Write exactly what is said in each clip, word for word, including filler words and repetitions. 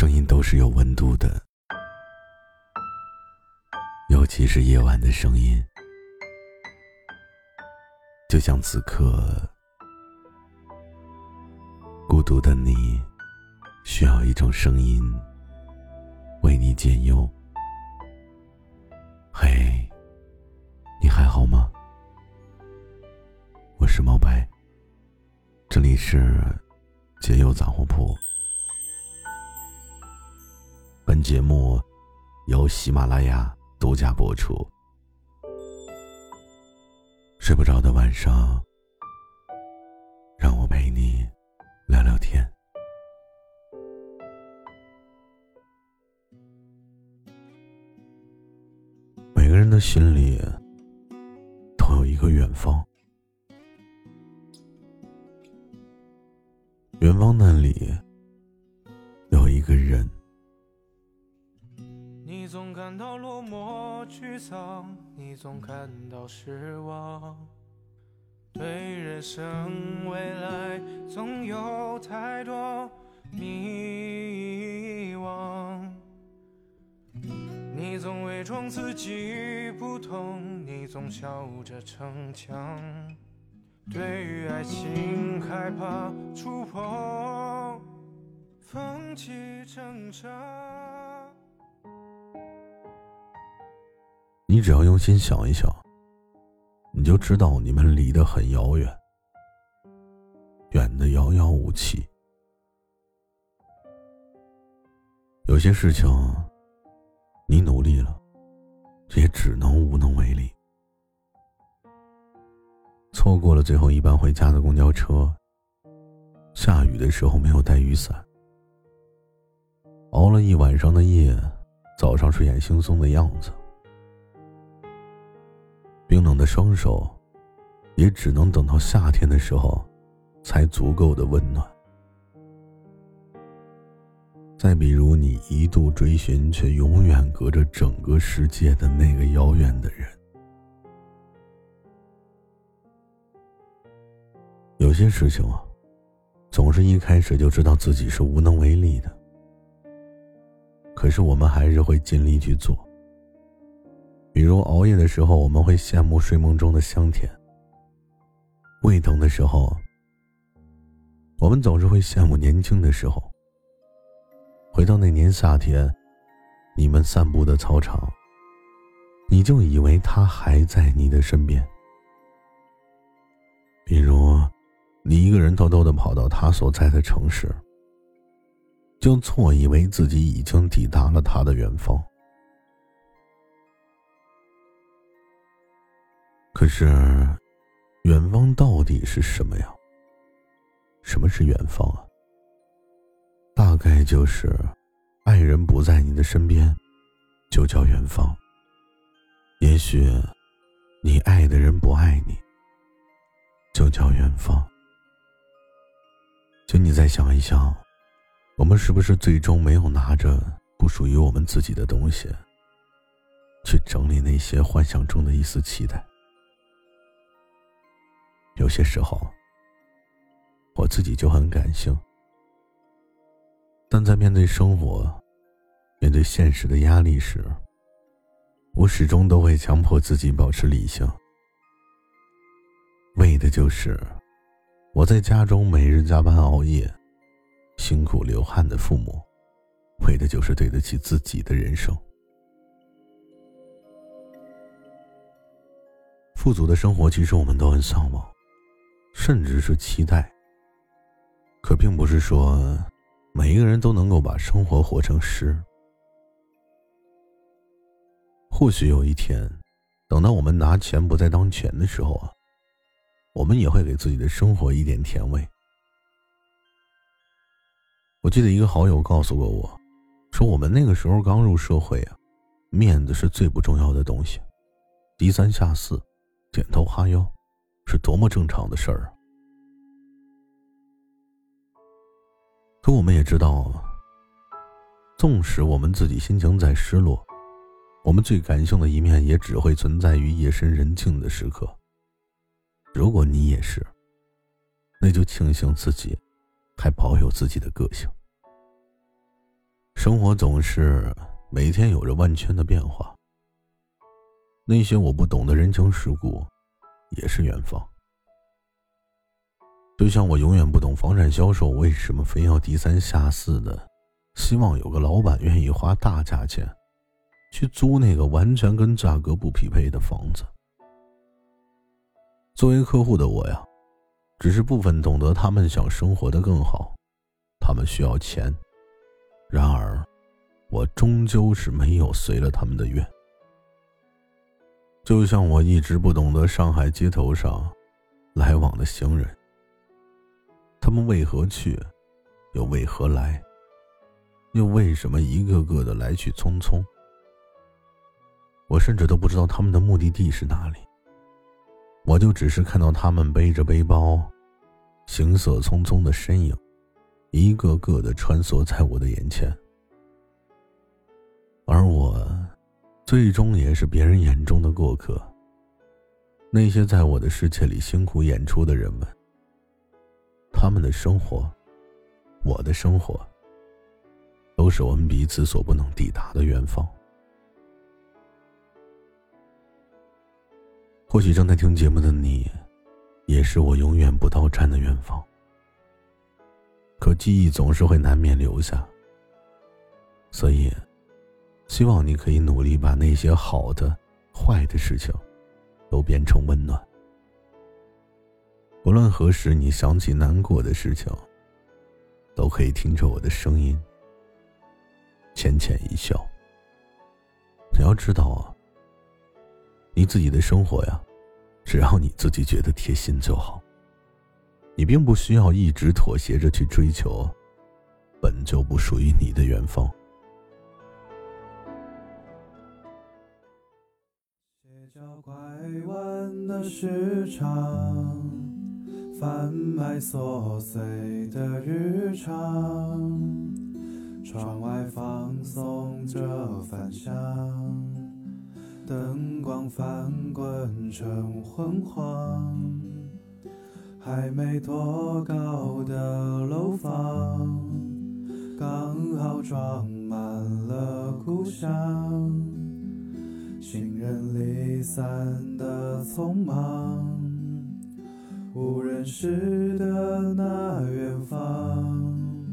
声音都是有温度的，尤其是夜晚的声音。就像此刻，孤独的你需要一种声音为你解忧。嘿，你还好吗？我是毛白，这里是解忧杂货铺。本节目由喜马拉雅独家播出。睡不着的晚上，让我陪你聊聊天。每个人的心里都有一个远方，远方那里有一个人。 你总感到落寞沮丧，你总感到失望，对人生未来总有太多迷惘。你总伪装自己不懂，你总笑着逞强，对于爱情害怕触碰，放弃挣扎。 你只要用心想一想，你就知道你们离得很遥远，远得遥遥无期。有些事情你努力了，也只能无能为力。错过了最后一班回家的公交车，下雨的时候没有带雨伞，熬了一晚上的夜，早上睡眼惺忪的样子，冰冷的双手也只能等到夏天的时候才足够的温暖。再比如你一度追寻却永远隔着整个世界的那个遥远的人。有些事情啊，总是一开始就知道自己是无能为力的，可是我们还是会尽力去做。比如熬夜的时候，我们会羡慕睡梦中的香甜；胃疼的时候，我们总是会羡慕年轻的时候。回到那年夏天，你们散步的操场，你就以为他还在你的身边。比如你一个人偷偷地跑到他所在的城市，就错以为自己已经抵达了他的远方。可是远方到底是什么呀？什么是远方啊？大概就是爱人不在你的身边，就叫远方。也许你爱的人不爱你，就叫远方。就你再想一想，我们是不是最终没有拿着不属于我们自己的东西，去整理那些幻想中的一丝期待？有些时候我自己就很感性，但在面对生活，面对现实的压力时，我始终都会强迫自己保持理性，为的就是我在家中每日加班熬夜，辛苦流汗的父母，为的就是对得起自己的人生。富足的生活其实我们都很向往，甚至是期待，可并不是说每一个人都能够把生活活成诗。或许有一天，等到我们拿钱不再当钱的时候啊，我们也会给自己的生活一点甜味。我记得一个好友告诉过我，说我们那个时候刚入社会啊，面子是最不重要的东西，低三下四，点头哈腰，是多么正常的事儿啊。可我们也知道，纵使我们自己心情再失落，我们最感性的一面也只会存在于夜深人静的时刻。如果你也是，那就庆幸自己还保有自己的个性。 生活总是每天有着万千的变化，那些我不懂的人情世故也是远方。就像我永远不懂房产销售为什么非要低三下四的希望有个老板愿意花大价钱去租那个完全跟价格不匹配的房子。作为客户的我呀，只是部分懂得他们想生活得更好，他们需要钱，然而我终究是没有随了他们的愿。就像我一直不懂得上海街头上来往的行人，他们为何去，又为何来，又为什么一个个的来去匆匆。我甚至都不知道他们的目的地是哪里，我就只是看到他们背着背包，行色匆匆的身影，一个个的穿梭在我的眼前。而我最终也是别人眼中的过客。那些在我的世界里辛苦演出的人们，他们的生活，我的生活，都是我们彼此所不能抵达的远方。或许正在听节目的你，也是我永远不到站的远方。可记忆总是会难免留下，所以希望你可以努力把那些好的、坏的事情都变成温暖。无论何时你想起难过的事情，都可以听着我的声音，浅浅一笑。你要知道啊，你自己的生活呀，只要你自己觉得贴心就好。你并不需要一直妥协着去追求本就不属于你的远方。 街角拐弯的市场，贩卖琐碎的日常，窗外放送着返乡，灯光翻滚成昏黄，还没多高的楼房，刚好装满了故乡。行人离散的匆忙，无人识的那远方。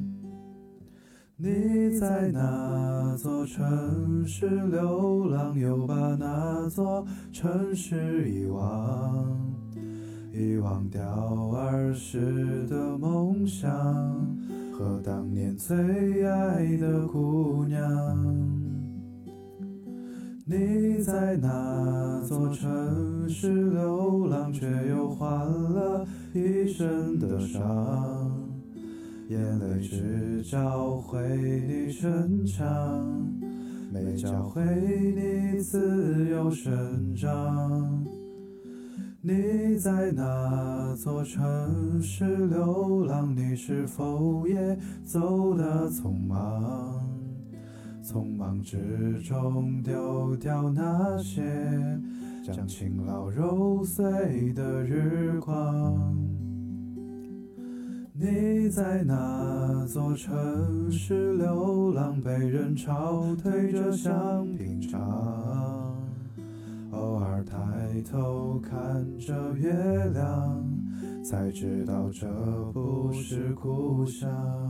你在哪座城市流浪，又把那座城市遗忘，遗忘掉儿时的梦想和当年最爱的姑娘。你在哪座城市流浪，却又换了一身的伤，眼泪只教会你成长，没教会你自由生长。你在哪座城市流浪，你是否也走得匆忙，匆忙之中丢掉那些将勤劳揉碎的日光。你在哪座城市流浪，被人潮推着像平常，偶尔抬头看着月亮，才知道这不是故乡。